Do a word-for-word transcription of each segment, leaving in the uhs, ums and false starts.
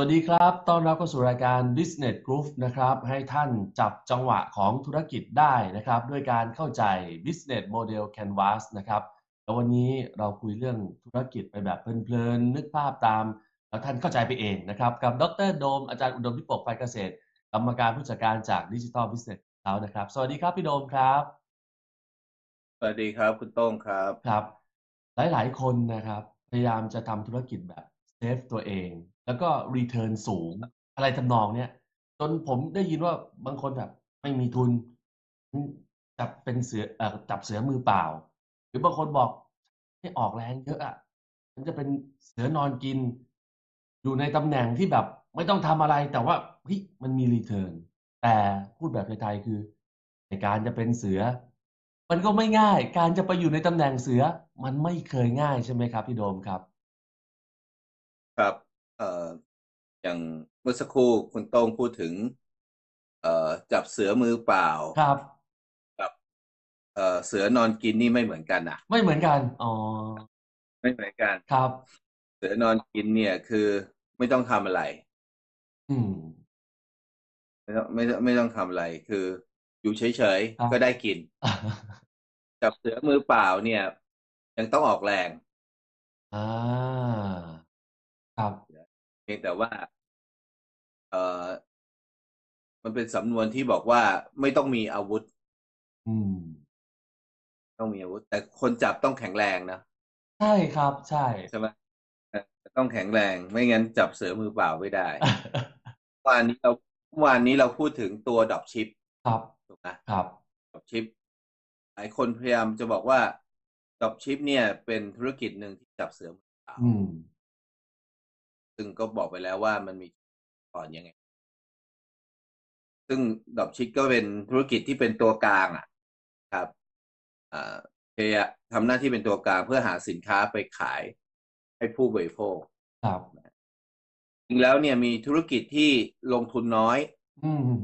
วัสดีครับต้อนรับเข้าสู่รายการ Business Groove นะครับให้ท่านจับจังหวะของธุรกิจได้นะครับด้วยการเข้าใจ Business Model Canvas นะครับแล้ววันนี้เราคุยเรื่องธุรกิจไปแบบเพลินๆนึกภาพตามแล้วท่านเข้าใจไปเองนะครับกับดรโดมอาจารย์อุดมพิปกไฟเกษตรกรรมการผู้จัดการจาก Digital Business แล้วนะครับสวัสดีครับพี่โดมครับสวัสดีครับคุณโต้งครับครับหลายๆคนนะครับพยายามจะทำธุรกิจแบบเซฟตัวเองแล้วก็รีเทิร์นสูงอะไรทำนองเนี้ย จนผมได้ยินว่าบางคนแบบไม่มีทุนจับเป็นเสือเอ่อจับเสือมือเปล่าหรือบางคนบอกให้ออกแรงเยอะอ่ะมันจะเป็นเสือนอนกินอยู่ในตำแหน่งที่แบบไม่ต้องทำอะไรแต่ว่าเฮ้ยมันมีรีเทิร์นแต่พูดแบบไทยๆคือในการจะเป็นเสือมันก็ไม่ง่ายการจะไปอยู่ในตำแหน่งเสือมันไม่เคยง่ายใช่ไหมครับพี่โดมครับครับเอ่ออย่างเมื่อสักครู่คุณโต้งพูดถึงเอ่อจับเสือมือเปล่าครับกับเอ่อเสือนอนกินนี่ไม่เหมือนกันนะไม่เหมือนกันอ๋อไม่เหมือนกันครับเสือนอนกินเนี่ยคือไม่ต้องทำอะไรอืมไม่ต้องไม่ต้องไม่ต้องทำอะไรคืออยู่เฉยครับๆก็ได้กิน จับเสือมือเปล่าเนี่ยยังต้องออกแรงอ่าครับเพียงแต่ว่าเอ่อมันเป็นสำนวนที่บอกว่าไม่ต้องมีอาวุธอืมต้องมีอาวุธแต่คนจับต้องแข็งแรงนะใช่ครับใช่ใช่ไหม ต้องแข็งแรงไม่งั้นจับเสือมือเปล่าไม่ได้ วันนี้เราวันนี้เราพูดถึงตัวดรอปชิปครับถูกไหมครับดรอปชิปหลายคนพยายามจะบอกว่าดรอปชิปเนี่ยเป็นธุรกิจหนึ่งที่จับเสือมือเปล่าอืมซึ่งก็บอกไปแล้วว่ามันมีก่อนยังไงซึ่งดรอปชิปก็เป็นธุรกิจที่เป็นตัวกลางอ่ะครับอ่าพยายามทำหน้าที่เป็นตัวกลางเพื่อหาสินค้าไปขายให้ผู้บริโภคครับจริงแล้วเนี่ยมีธุรกิจที่ลงทุนน้อยอืม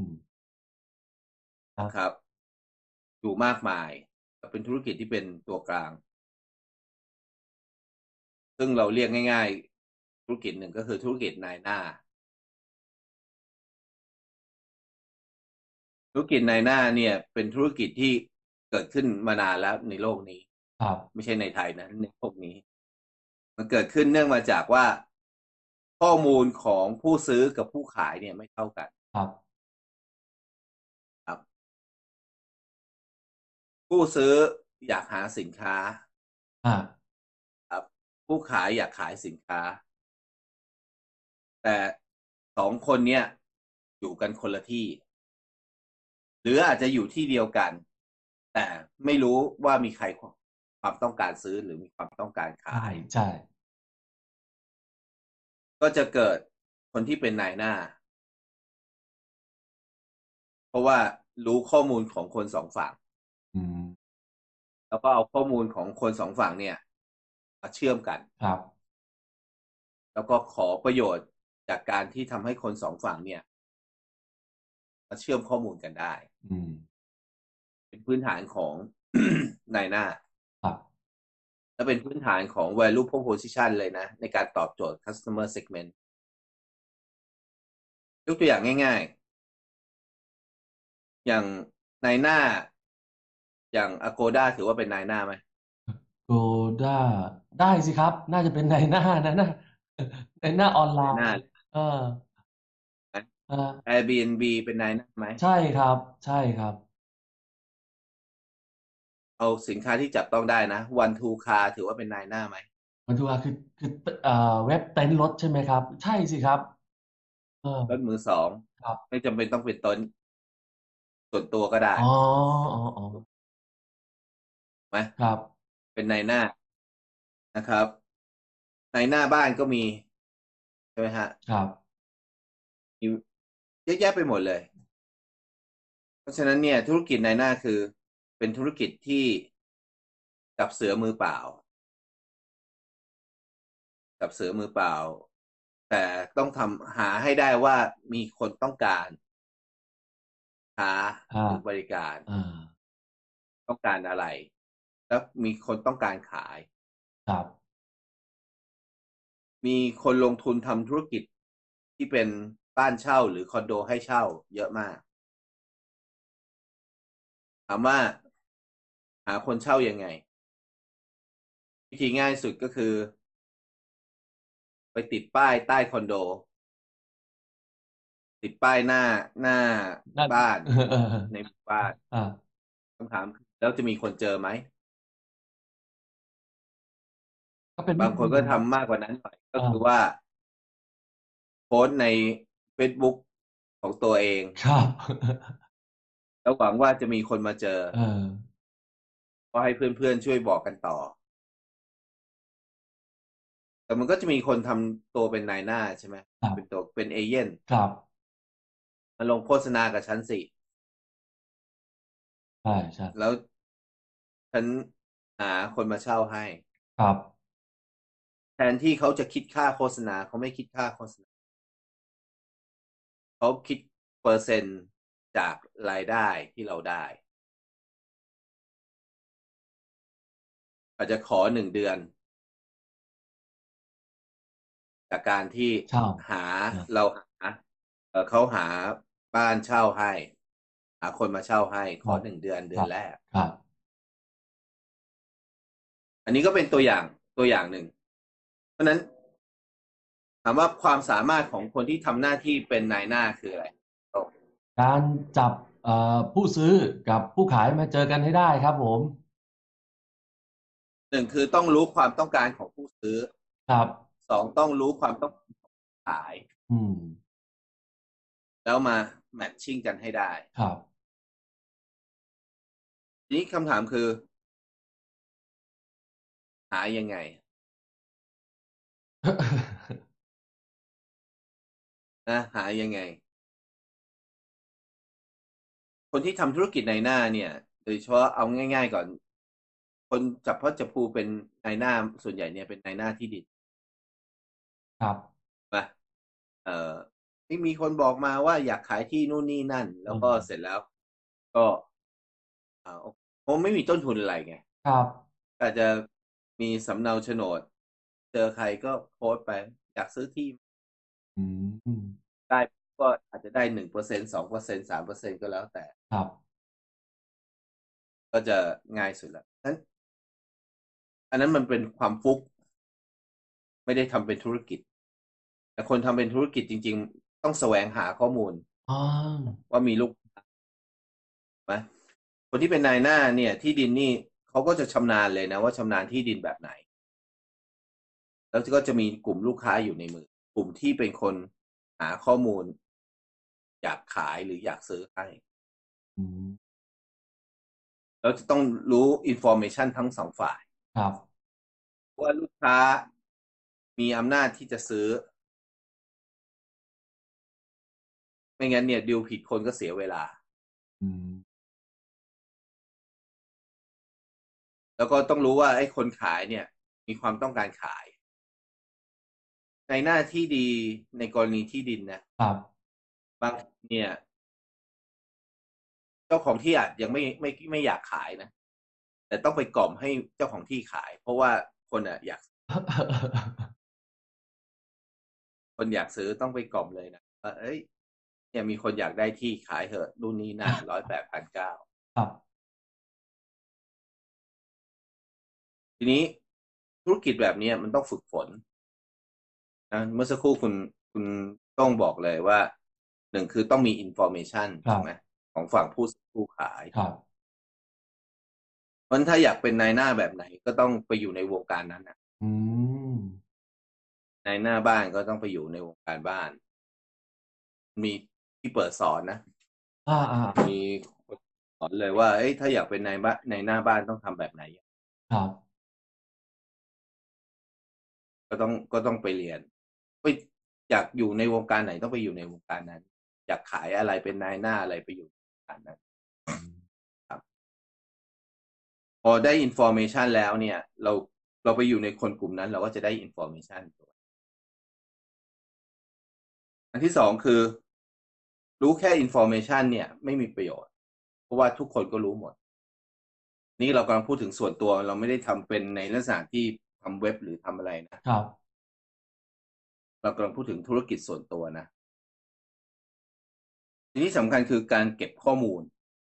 ครับนะครับ อยู่มากมายเป็นธุรกิจที่เป็นตัวกลางซึ่งเราเรียกง่ายๆธุรกิจหนึ่งก็คือธุรกิจนายหน้าธุรกิจนายหน้าเนี่ยเป็นธุรกิจที่เกิดขึ้นมานานแล้วในโลกนี้ครับไม่ใช่ในไทยนะในโลกนี้มันเกิดขึ้นเนื่องมาจากว่าข้อมูลของผู้ซื้อกับผู้ขายเนี่ยไม่เท่ากันครับครับผู้ซื้ออยากหาสินค้าอ่าครับผู้ขายอยากขายสินค้าแต่สองคนเนี้ยอยู่กันคนละที่ หรืออาจจะอยู่ที่เดียวกันแต่ไม่รู้ว่ามีใครความต้องการซื้อหรือมีความต้องการใช่ขายใช่ก็จะเกิดคนที่เป็นนายหน้าเพราะว่ารู้ข้อมูลของคนสองฝั่งอืมแล้วก็เอาข้อมูลของคนสองฝั่งเนี่ยมาเชื่อมกันครับแล้วก็ขอประโยชน์จากการที่ทำให้คนสองฝั่งเนี่ยมาเชื่อมข้อมูลกันได้อืมเป็นพื้นฐานของ นายหน้าครับและเป็นพื้นฐานของ value proposition เลยนะในการตอบโจทย์ customer segment ยกตัวอย่างง่ายๆอย่างนายหน้าอย่าง Agoda ถือว่าเป็นนายหน้าไหมโกด้าได้สิครับน่าจะเป็นในหน้านะนะในหน้าออนไลนายหน้าน์เออนะเออ Airbnb เป็นนายหน้าไหมใช่ครับใช่ครับเอาสินค้าที่จับต้องได้นะ One Two Car ถือว่าเป็นนายหน้าไหมมันถือว่าคือคือเอ่อเว็บเต็นท์รถใช่ไหมครับใช่สิครับเออรถมือสองครับไม่จำเป็นต้องเป็นต้นส่วนตัวก็ได้อ๋ออ๋ออ๋อไหมครับเป็นนายหน้านะครับนายหน้าบ้านก็มีใช่ไหมฮะครับมีเยอะแยะไปหมดเลยเพราะฉะนั้นเนี่ยธุรกิจนายหน้าคือเป็นธุรกิจที่จับเสือมือเปล่าจับเสือมือเปล่าแต่ต้องทำหาให้ได้ว่ามีคนต้องการค้าอ่าหรือบริการอ่าต้องการอะไรแล้วมีคนต้องการขายครับมีคนลงทุนทำธุรกิจที่เป็นบ้านเช่าหรือคอนโดให้เช่าเยอะมากถามว่าหาคนเช่ายังไงวิธีง่ายสุดก็คือไปติดป้ายใต้คอนโดติดป้ายหน้าหน้านั่นบ้านเออในหมู่บ้านอ่าคำถามคือแล้วจะมีคนเจอไหมก็เป็นวิบางคนธีหนึ่งนะก็ทำมากกว่านั้นหน่อยก็อ่าคือว่าโพสต์ใน เฟซบุ๊ก ของตัวเองครับแล้วหวังว่าจะมีคนมาเจอเออก็ให้เพื่อนๆช่วยบอกกันต่อแต่มันก็จะมีคนทำตัวเป็นนายหน้าใช่ไหมเป็นครับตัวเป็นเอเย่นครับมาลงโฆษณากับฉันสิใช่ใช่แล้วฉันหาคนมาเช่าให้ครับแทนที่เขาจะคิดค่าโฆษณาเขาไม่คิดค่าโฆษณาเขาคิดเปอร์เซ็นต์จากรายได้ที่เราได้อาจจะขอหนึ่งเดือนจากการที่เช่าหาอ่าเราหาเออเขาหาบ้านเช่าให้หาคนมาเช่าให้ขครับอหนึ่งเดือนคเดือรับนแรกครับอันนี้ก็เป็นตัวอย่างตัวอย่างหนึ่งเพราะฉะนั้นถามว่าความสามารถของคนที่ทำหน้าที่เป็นนายหน้าคืออะไรการจับเอ่อผู้ซื้อกับผู้ขายมาเจอกันให้ได้ครับผมหนึ่งคือต้องรู้ความต้องการของผู้ซื้อครับสองต้องรู้ความต้องการของผู้ขายอืมแล้วมาแมทชิ่งกันให้ได้ครับทีนี้คำถามคือหายังไง นะหายังไงคนที่ทำธุรกิจในหน้าเนี่ยโดยเฉพาะเอาง่ายๆก่อนคนจับพลัดจับพลูเป็นนายหน้าส่วนใหญ่เนี่ยเป็นนายหน้าที่ดินครับนะเอ่อที่มีคนบอกมาว่าอยากขายที่นู่นนี่นั่นอืแล้วก็เสร็จมแล้วก็อ่าคงไม่มีต้นทุนอะไรไงครับอาจจะมีสำเนาโฉนดเจอใครก็โพสต์ไปอยากซื้อที่อืมได้ก็อาจจะได้หนึ่งเปอร์เซ็นต์สองเปอร์เซ็นต์สามเปอร์เซ็นต์ก็แล้วแต่ครับก็จะง่ายสุดละนั้นอันนั้นมันเป็นความฟุกไม่ได้ทำเป็นธุรกิจ แต่คนทำเป็นธุรกิจจริงๆต้องแสวงหาข้อมูลอ๋อว่ามีลูกไหมคนที่เป็นนายหน้าเนี่ยที่ดินนี่เขาก็จะชำนาญเลยนะว่าชำนาญที่ดินแบบไหนแล้วก็จะมีกลุ่มลูกค้าอยู่ในมือกลุ่มที่เป็นคนหาข้อมูลอยากขายหรืออยากซื้อให้อืมแล้วจะต้องรู้อินโฟ เอ ชันทั้งสองฝ่ายครับว่าลูกค้ามีอำนาจที่จะซื้อไม่งั้นเนี่ยดีลผิดคนก็เสียเวลาอืมแล้วก็ต้องรู้ว่าไอ้คนขายเนี่ยมีความต้องการขายในหน้าที่ดีในกรณีที่ดินนะครับบางเนี่ย เจ้าของที่อาจยังไม่ไม่ไม่อยากขายนะแต่ต้องไปกล่อมให้เจ้าของที่ขายเพราะว่าคนอ่ะอยากคนอยากซื้อต้องไปกล่อมเลยนะว่าเอ้ยเนี่ยมีคนอยากได้ที่ขายเถอะรุ่นนี้นั่นร้อยแปดพันเก้าครับทีนี้ธุรกิจแบบนี้มันต้องฝึกฝนนะเมื่อสักครู่คุณคุณต้องบอกเลยว่าหนึ่งคือต้องมีอินโฟเมชันครับถูกไหมของฝั่งผู้ผู้ขายครับเพราะถ้าอยากเป็นนายหน้าแบบไหนก็ต้องไปอยู่ในวงการนั้นนะอืมนายหน้าบ้านก็ต้องไปอยู่ในวงการบ้านมีที่เปิดสอนนะอ่าอ่ามีคนสอนเลยว่าเอ้ยถ้าอยากเป็นในบ้านในหน้าบ้านต้องทำแบบไหนครับก็ต้องก็ต้องไปเรียนไปอยากอยู่ในวงการไหนต้องไปอยู่ในวงการนั้นอยากขายอะไรเป็นนายหน้าอะไรไปอยู่ในวงการนั้นอืมครับพอได้อินโฟเมชันแล้วเนี่ยเราเราไปอยู่ในคนกลุ่มนั้นเราก็จะได้อินโฟเมชันอันที่สองคือรู้แค่อินโฟเมชันเนี่ยไม่มีประโยชน์เพราะว่าทุกคนก็รู้หมดนี่เรากำลังพูดถึงส่วนตัวเราไม่ได้ทำเป็นในลักษณะที่ทำเว็บหรือทำอะไรนะครับเรากำลังพูดถึงธุรกิจส่วนตัวนะทีนี้สำคัญคือการเก็บข้อมูล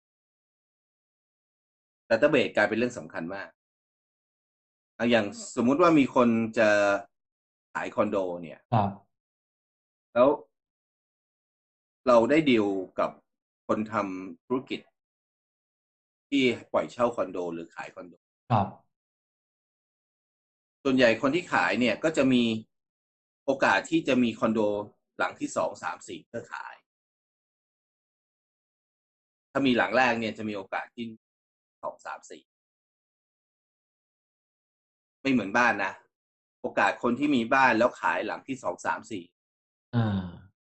Database กลายเป็นเรื่องสำคัญมากอย่างสมมุติว่ามีคนจะขายคอนโดเนี่ยครับแล้วเราได้ดีลกับคนทำธุรกิจที่ปล่อยเช่าคอนโดหรือขายคอนโดครับส่วนใหญ่คนที่ขายเนี่ยก็จะมีโอกาสที่จะมีคอนโดหลังที่สองสามสี่เพื่อขายถ้ามีหลังแรกเนี่ยจะมีโอกาสที่สองสามสี่ไม่เหมือนบ้านนะโอกาสคนที่มีบ้านแล้วขายหลังที่สองสามสี่อ่า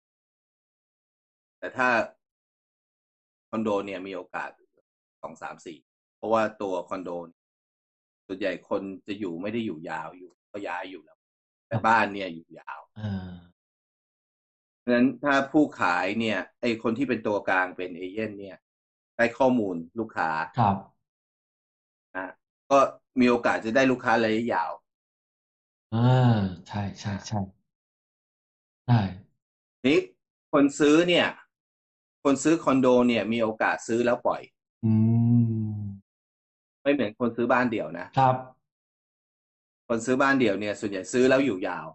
แต่ถ้าคอนโดเนี่ยมีโอกาสสองสามสี่เพราะว่าตัวคอนโดส่วนใหญ่คนจะอยู่ไม่ได้อยู่ยาวอยู่ก็ย้ายอยู่แล้วคแต่รับบ้านเนี่ยอยู่ยาวอ่าเพราะฉะนั้นถ้าผู้ขายเนี่ยไอคนที่เป็นตัวกลางเป็นเอเย่นเนี่ยได้ข้อมูลลูกค้าครับนะก็มีโอกาสจะได้ลูกค้าระยะยาวอ่าใช่ใช่นะใช่ใช่นี้คนซื้อเนี่ยคนซื้อคอนโดเนี่ยมีโอกาสซื้อแล้วปล่อยอืมไม่เหมือนคนซื้อบ้านเดี่ยวนะครับคนซื้อบ้านเดี่ยวเนี่ยส่วนใหญ่ซื้อแล้วอยู่ยาว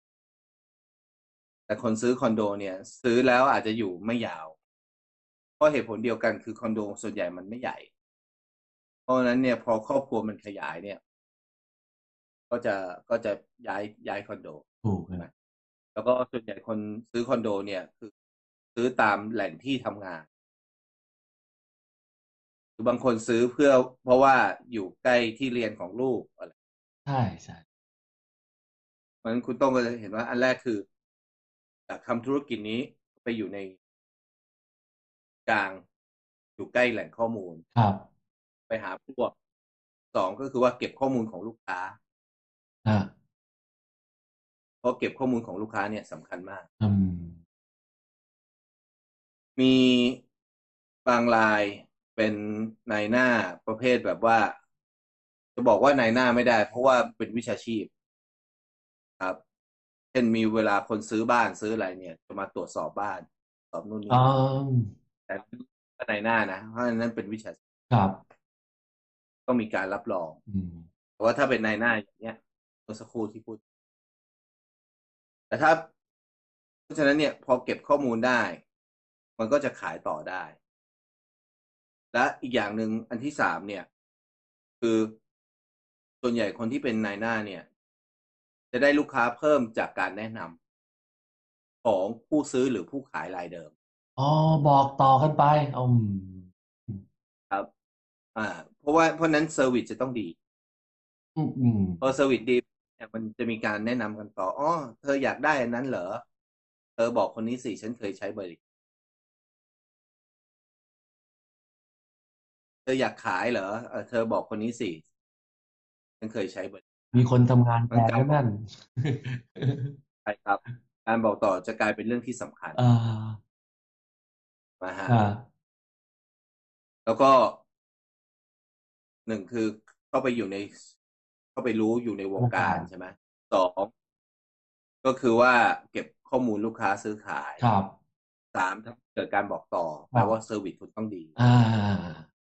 แต่คนซื้อคอนโดเนี่ยซื้อแล้วอาจจะอยู่ไม่ยาวเพราะเหตุผลเดียวกันคือคอนโดส่วนใหญ่มันไม่ใหญ่เพราะฉะนั้นเนี่ยพอครอบครัวมันขยายเนี่ยก็จะก็จะย้ายย้ายคอนโดถูกคใช่ไหมรับแล้วก็ส่วนใหญ่คนซื้อคอนโดเนี่ยคือซื้อตามแหล่งที่ทำงานหรือบางคนซื้อเพื่อเพราะว่าอยู่ใกล้ที่เรียนของลูกอะไรใช่ใช่เพราะฉะนั้นคุณต้องก็จะเห็นว่าอันแรกคืออยากทำธุรกิจนี้ไปอยู่ในกลางอยู่ใกล้แหล่งข้อมูลครับไปหาพวกสองก็คือว่าเก็บข้อมูลของลูกค้าอ่าเพราะเก็บข้อมูลของลูกค้าเนี่ยสำคัญมากอืมมีบางรายเป็นนายหน้าประเภทแบบว่าจะบอกว่านายหน้าไม่ได้เพราะว่าเป็นวิชาชีพครับเช่นมีเวลาคนซื้อบ้านซื้ออะไรเนี่ยจะมาตรวจสอบบ้านสอบนู่นอ่นี่นั่นาแต่ก็นายหน้านะเพราะฉะนั้นเป็นวิชาชีพครับต้องมีการรับรองอืมแต่ว่าถ้าเป็นนายหน้าอย่างเงี้ยเมื่อสักครู่ที่พูดแต่ถ้าเพราะฉะนั้นเนี่ยพอเก็บข้อมูลได้มันก็จะขายต่อได้และอีกอย่างหนึ่งอันที่สามเนี่ยคือส่วนใหญ่คนที่เป็นนายหน้าเนี่ยจะได้ลูกค้าเพิ่มจากการแนะนำของผู้ซื้อหรือผู้ขายรายเดิมอ๋อบอกต่อกันไปอืมครับอ่าเพราะว่าเพราะนั้นเซอร์วิสจะต้องดีอืมอืมพอเซอร์วิสดีเนี่ยมันจะมีการแนะนำกันต่ออ๋อเธออยากได้อันนั้นเหรอเธอบอกคนนี้สิฉันเคยใช้บริการเธออยากขายเหรอเออเธอบอกคนนี้สิฉันเคยใช้บริมีการคนทำงานแทมันการบอกนแล้วนั่นใช่ครับการบอกต่อจะกลายเป็นเรื่องที่สำคัญอ่านะฮะอ่าแล้วก็หนึ่งคือเข้าไปอยู่ในเข้าไปรู้อยู่ในวงราคาการใช่ไหมสองก็คือว่าเก็บข้อมูลลูกค้าซื้อขายครับสามถ้าเกิดการบอกต่อแปลครับว่าเซอร์วิสคุณต้องดีอ่า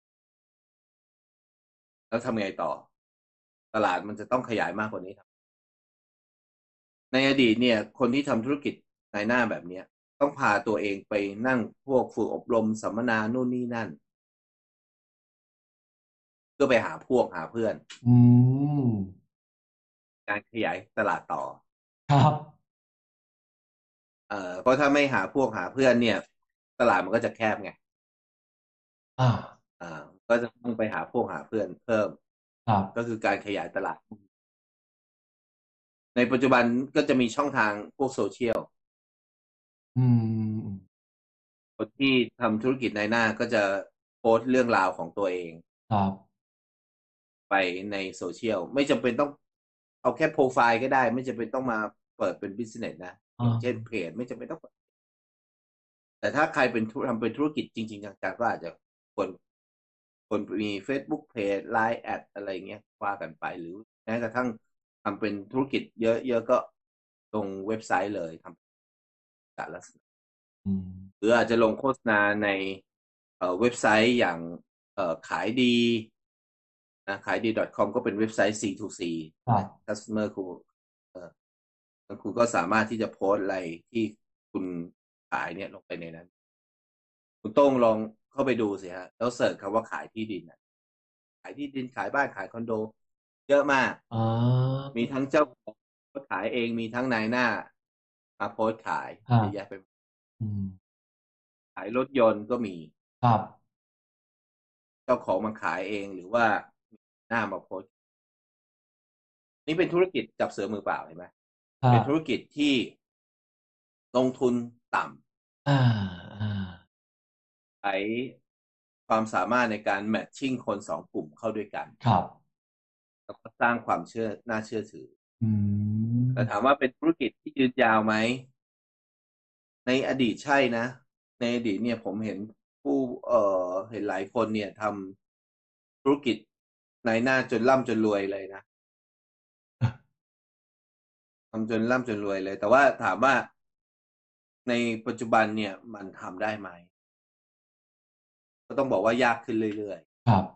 แล้วทำไงต่อตลาดมันจะต้องขยายมากกว่านี้ครับในอดีตเนี่ยคนที่ทำธุรกิจในหน้าแบบเนี้ยต้องพาตัวเองไปนั่งพวกฝึกอบรมสัมมนานู่นนี่นั่นเพื่อไปหาพวกหาเพื่อนอืมการขยายตลาดต่อครับเอ่อเพราะถ้าไม่หาพวกหาเพื่อนเนี่ยตลาดมันก็จะแคบไงอ่าอ่าก็จะต้องไปหาพวกหาเพื่อนเพิ่มครับก็คือการขยายตลาดในปัจจุบันก็จะมีช่องทางพวกโซเชียลอืมคนที่ทำธุรกิจในหน้าก็จะโพสต์เรื่องราวของตัวเองครับไปในโซเชียลไม่จำเป็นต้องเอาแค่โปรไฟล์ก็ได้ไม่จำเป็นต้องมาเปิดเป็นบิสเนสนะอย่างเช่นอ่าเพจไม่จำเป็นต้องเปิดแต่ถ้าใครเป็นธุทำเป็นธุรกิจจริงๆจังๆก็อาจจะควรควรมี เฟซบุ๊ก เพจ ไลน์ แอดอะไรเงี้ยว่ากันไปหรือแม้กระทั่งทำเป็นธุรกิจเยอะๆก็ลงเว็บไซต์เลยทำการลักษณะอืมหรืออาจจะลงโฆษณาในเอ่อเว็บไซต์อย่างเอ่อขายดีนะขายดี .com ก็เป็นเว็บไซต์ ซี ทู ซีครับ customer คุณเอ่อคุณก็สามารถที่จะโพสต์อะไรที่คุณขายเนี่ยลงไปในนั้นคุณโต้งลองเข้าไปดูสิฮะแล้วเสิร์ชคำว่าขายที่ดินนะขายที่ดินขายบ้านขายคอนโดเยอะมากอ่ามีทั้งเจ้าของโพสต์ขายเองมีทั้งนายหน้ามาโพสต์ขายครับเยอะแยะไปหมดอืมขายรถยนต์ก็มีครับเจ้าของมาขายเองหรือว่าหน้ามาโพสต์นี่เป็นธุรกิจจับเสือมือเปล่าเห็นไหมเป็นธุรครับกิจที่ลงทุนต่อ่าอ่าำใช้ความสามารถในการแมทชิ่งคนสองกลุ่มเข้าด้วยกันครับแล้วก็สร้างความเชื่อน่าเชื่อถืออืแต่ถามมว่าเป็นธุรกิจที่ยืนยาวไหมในอดีตใช่นะในอดีตเนี่ยผมเห็นผู้เอ่อเห็นหลายคนเนี่ยทำธุรกิจในหน้าจนร่ำจนรวยเลยนะทำจนร่ำจนรวยเลย แต่ว่าถามว่าในปัจจุบันเนี่ยมันทำได้ไหมก็ต้องบอกว่ายากขึ้นเรื่อยครับ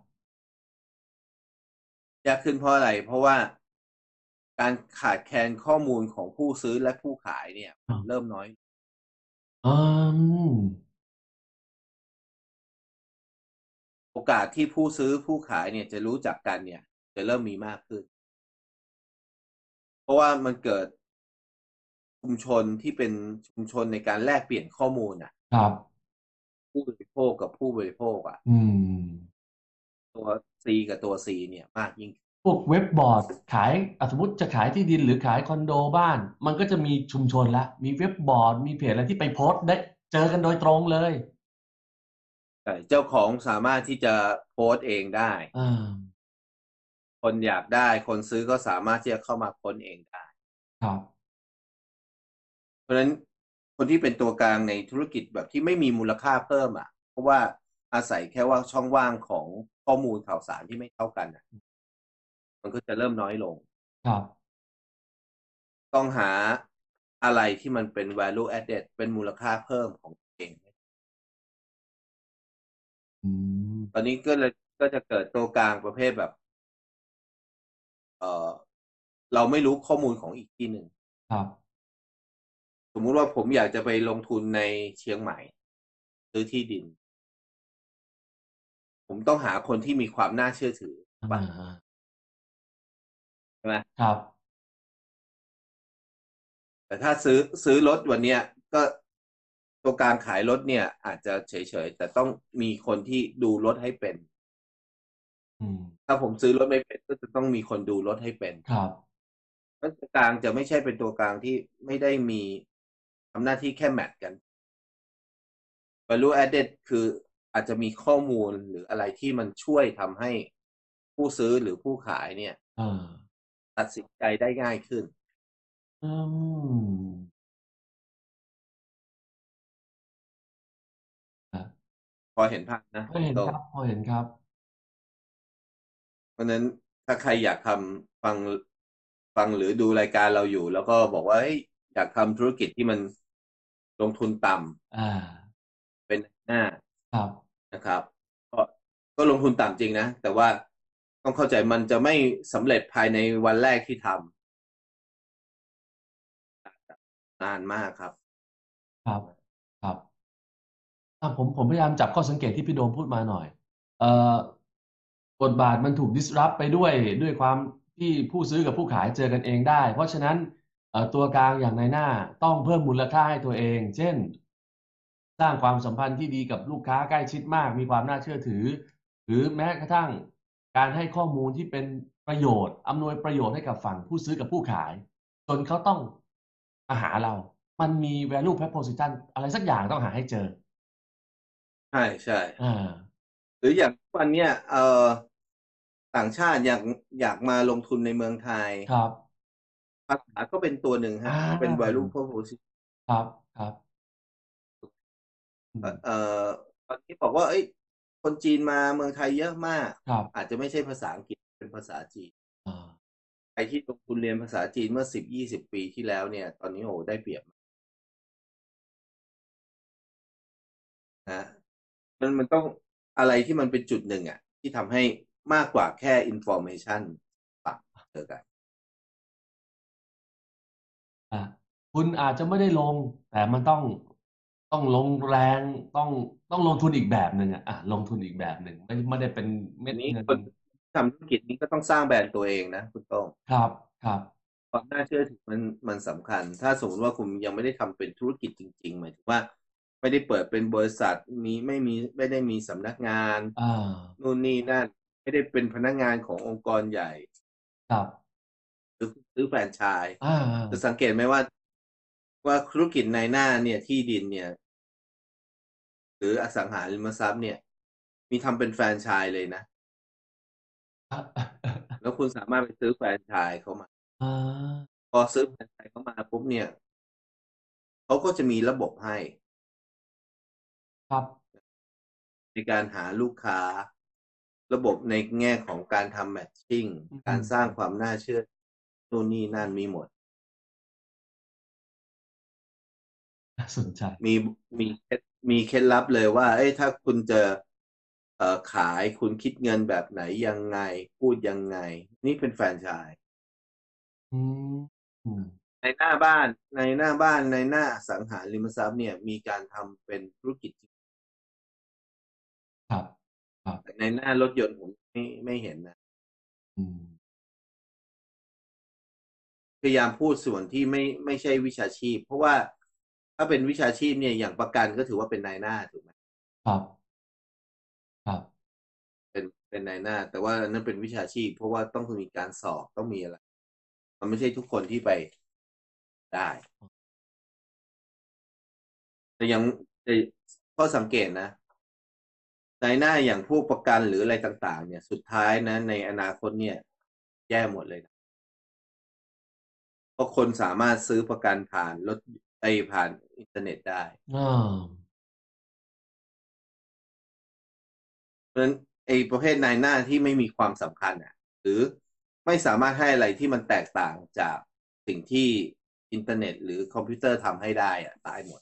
ๆยากขึ้นเพราะอะไรเพราะว่าการขาดแคลนข้อมูลของผู้ซื้อและผู้ขายเนี่ยอ๋อมันเริ่มน้อยอืมโอกาสที่ผู้ซื้อผู้ขายเนี่ยจะรู้จักกันเนี่ยจะเริ่มมีมากขึ้นเพราะว่ามันเกิดชุมชนที่เป็นชุมชนในการแลกเปลี่ยนข้อมูลอ่ะครับผู้บริโภคกับผู้บริโภคอ่ะอืมตัว C กับตัว C เนี่ยมากยิ่งพวกเว็บบอร์ดขายอ่ะสมมติจะขายที่ดินหรือขายคอนโดบ้านมันก็จะมีชุมชนละมีเว็บบอร์ดมีเพจอะไรที่ไปโพสต์ได้เจอกันโดยตรงเลยใช่เจ้าของสามารถที่จะโพสต์เองได้อ่าคนอยากได้คนซื้อก็สามารถที่จะเข้ามาค้นเองได้ครับเพราะฉะนั้นคนที่เป็นตัวกลางในธุรกิจแบบที่ไม่มีมูลค่าเพิ่มอ่ะเพราะว่าอาศัยแค่ว่าช่องว่างของข้อมูลข่าวสารที่ไม่เท่ากันอ่ะมันก็จะเริ่มน้อยลงครับต้องหาอะไรที่มันเป็น value added เป็นมูลค่าเพิ่มของตัวเองอืมตอนนี้ก็เลยก็จะเกิดตัวกลางประเภทแบบเออเราไม่รู้ข้อมูลของอีกที่หนึ่งครับสมมุติว่าผมอยากจะไปลงทุนในเชียงใหม่ซื้อที่ดินผมต้องหาคนที่มีความน่าเชื่อถืออ่ป่ะาใช่ไหมครับแต่ถ้าซื้อซื้อรถวันเนี้ยก็ตัวการขายรถเนี่ยอาจจะเฉยๆแต่ต้องมีคนที่ดูรถให้เป็นอืมถ้าผมซื้อรถไม่เป็นก็จะต้องมีคนดูรถให้เป็นครับเพราะตัวกลางจะไม่ใช่เป็นตัวกลางที่ไม่ได้มีทำหน้าที่แค่แมทกัน value added คืออาจจะมีข้อมูลหรืออะไรที่มันช่วยทำให้ผู้ซื้อหรือผู้ขายเนี่ยอ่าตัดสินใจได้ง่ายขึ้นอืมครับพอเห็นภาพนะพอเห็นคุณโต้งครับพอเห็นครับเพราะฉะนั้นถ้าใครอยากทำฟังฟังหรือดูรายการเราอยู่แล้วก็บอกว่าเฮ้ยอยากทำธุรกิจที่มันลงทุนต่อ่าำเป็นหน้าครับนะครับก็ก็ลงทุนต่ำจริงนะแต่ว่าต้องเข้าใจมันจะไม่สำเร็จภายในวันแรกที่ทำนานมากครับครับครับ อ่ะผมผมพยายามจับข้อสังเกตที่พี่โดมพูดมาหน่อยเอ่อบทบาทมันถูก disrupt ไปด้วยด้วยความที่ผู้ซื้อกับผู้ขายเจอกันเองได้เพราะฉะนั้นเอ่อตัวกลางอย่างในหน้าต้องเพิ่มมูลค่าให้ตัวเองเช่นสร้างความสัมพันธ์ที่ดีกับลูกค้าใกล้ชิดมากมีความน่าเชื่อถือหรือแม้กระทั่งการให้ข้อมูลที่เป็นประโยชน์อำนวยประโยชน์ให้กับฝั่งผู้ซื้อกับผู้ขายจนเขาต้องมาหาเรามันมี value proposition อะไรสักอย่างต้องหาให้เจอใช่ใช่อ่าหรืออย่างวันเนี้ยเอ่อต่างชาติอยากอยากมาลงทุนในเมืองไทยครับภาษาก็เป็นตัวหนึ่งอ่ฮะเป็นา value proposition ครับครับอืมเอ่อตอนนี้บอกว่าเอ้ยคนจีนมาเมืองไทยเยอะมากครับอาจจะไม่ใช่ภาษาอังกฤษเป็นภาษาจีนอ่ารที่ลงทุนเรียนภาษาจีนเมื่อสิบยี่สิบปีที่แล้วเนี่ย ตอนนี้โอ้ได้เปรียบนะมันมันต้องอะไรที่มันเป็นจุดหนึ่งอ่ะที่ทำให้มากกว่าแค่ information ปักเจอกันอ่ะคุณอาจจะไม่ได้ลงแต่มันต้องต้องลงแรงต้องต้องลงทุนอีกแบบหนึ่งอ่ะอ่ะลงทุนอีกแบบหนึ่งไม่ไม่ได้เป็นเม็อันนี้ดเงินคนทำธุรกิจนี้ก็ต้องสร้างแบรนด์ตัวเองนะคุณโต้งครับครับความน่าเชื่อถือมันมันสำคัญถ้าสมมติว่าคุณยังไม่ได้ทำเป็นธุรกิจจริงๆหมายถึงว่าไม่ได้เปิดเป็นบริษัทมีไม่มีไม่ได้มีสำนักงานอ่านู่นนี่นั่นไม่ได้เป็นพนักงานขององค์กรใหญ่ครับหรือซื้อแฟรนไชส์อ่จะาสังเกตไหมว่าว่าธุรกิจในหน้าเนี่ยที่ดินเนี่ยหรืออสังหาริมทรัพย์เนี่ยมีทำเป็นแฟรนไชส์เลยนะอ่าแล้วคุณสามารถไปซื้อแฟรนไชส์เขามาอ่าพอซื้อแฟรนไชส์เขามาปุ๊บเนี่ยเขาก็จะมีระบบให้ครับในการหาลูกค้าระบบในแง่ของการทำแมทชิ่งอืการสร้างมความน่าเชื่อนู่นนี่นั่นมีหมดน่าสนใจมีมีเคล็ดมีเคล็ดลับเลยว่าเอ้ยถ้าคุณจะเอ่อขายคุณคิดเงินแบบไหนยังไงพูดยังไงนี่เป็นแฟรนไชส์อืมอืมในหน้าบ้านในหน้าบ้านในหน้าอสังหาริมทรัพย์เนี่ยมีการทำเป็นธุรกิจครับครับในหน้ารถยนต์ผมไม่ไม่เห็นนะอืมพยายามพูดส่วนที่ไม่ไม่ใช่วิชาชีพเพราะว่าถ้าเป็นวิชาชีพเนี่ยอย่างประกันก็ถือว่าเป็นนายหน้าถูกไหมครับครับเป็นเป็นนายหน้าแต่ว่าอันนั้นเป็นวิชาชีพเพราะว่าต้องมีการสอบต้องมีอะไรมันไม่ใช่ทุกคนที่ไปได้แต่ยังแต่ข้อสังเกตนะนายหน้าอย่างพวกประกันหรืออะไรต่างๆเนี่ยสุดท้ายนะในอนาคตเนี่ยแย่หมดเลยนะเพราะคนสามารถซื้อประกันผ่านรถไอผ่านอินเทอร์เน็ตได้อ่าเพราะฉะนั้นไอประเภทนายหน้าที่ไม่มีความสำคัญอ่ะหรือไม่สามารถให้อะไรที่มันแตกต่างจากสิ่งที่อินเทอร์เน็ตหรือคอมพิวเตอร์ทำให้ได้อ่ะตายหมด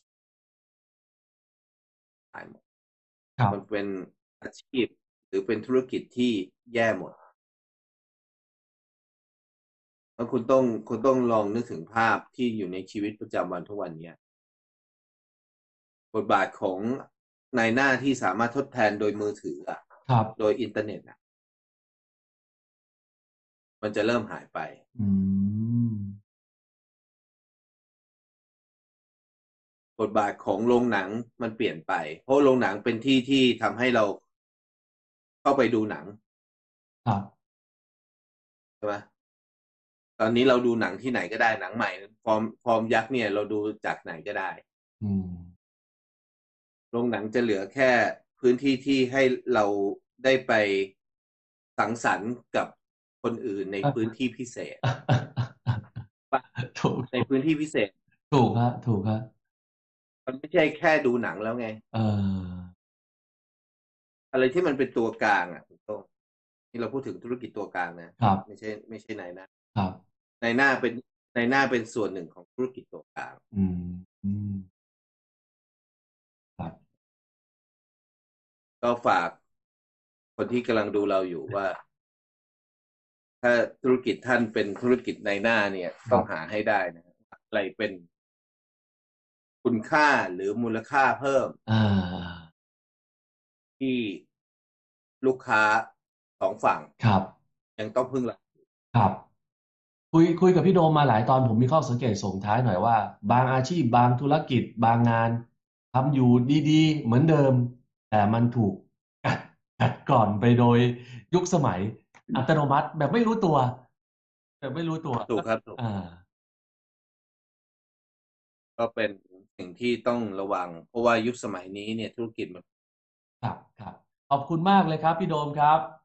ตายหมดครับมันเป็นอาชีพหรือเป็นธุรกิจที่แย่หมดแล้วคุณต้องคุณต้องลองนึกถึงภาพที่อยู่ในชีวิตประจำวันทุกวันเนี้ยบทบาทของนายหน้าที่สามารถทดแทนโดยมือถืออะครับโดยอินเทอร์เน็ตอะมันจะเริ่มหายไปอืมบทบาทของโรงหนังมันเปลี่ยนไปเพราะโรงหนังเป็นที่ที่ทำให้เราเข้าไปดูหนังครับใช่ไหมตอนนี้เราดูหนังที่ไหนก็ได้หนังใหม่ฟอร์มฟอร์มยักษ์เนี่ยเราดูจากไหนก็ได้อืมโรงหนังจะเหลือแค่พื้นที่ที่ให้เราได้ไป สังสรรค์กับคนอื่นในพื้นที่พิเศษถูกในพื้นที่พิเศษถูกฮะถูกฮะมันไม่ใช่แค่ดูหนังแล้วไงเอออะไรที่มันเป็นตัวกลางอ่ะคุณโต้งนี่เราพูดถึงธุรกิจตัวกลางนะครับไม่ใช่ไม่ใช่นายหน้าครับนายหน้าเป็นนายหน้าเป็นส่วนหนึ่งของธุรกิจตัวกลางอืมอืมครับก็ฝากคนที่กำลังดูเราอยู่ว่าถ้าธุรกิจท่านเป็นธุรกิจนายหน้าเนี่ยต้องหาครับให้ได้นะอะไรเป็นคุณค่าหรือมูลค่าเพิ่มอ่าที่ลูกค้าสองฝั่งครับยังต้องพึ่งเราครับคุยคุยกับพี่โดมมาหลายตอนผมมีข้อสังเกตส่งท้ายหน่อยว่าบางอาชีพบางธุรกิจบางงานทำอยู่ดีๆเหมือนเดิมแต่มันถูกกัดกัดกร่อนไปโดยยุคสมัยอัตโนมัติแบบไม่รู้ตัวแบบไม่รู้ตัวถูกครับถูกอ่าก็เป็นสิ่งที่ต้องระวังเพราะว่ายุคสมัยนี้เนี่ยธุรกิจมันครับครับขอบคุณมากเลยครับพี่โดมครับ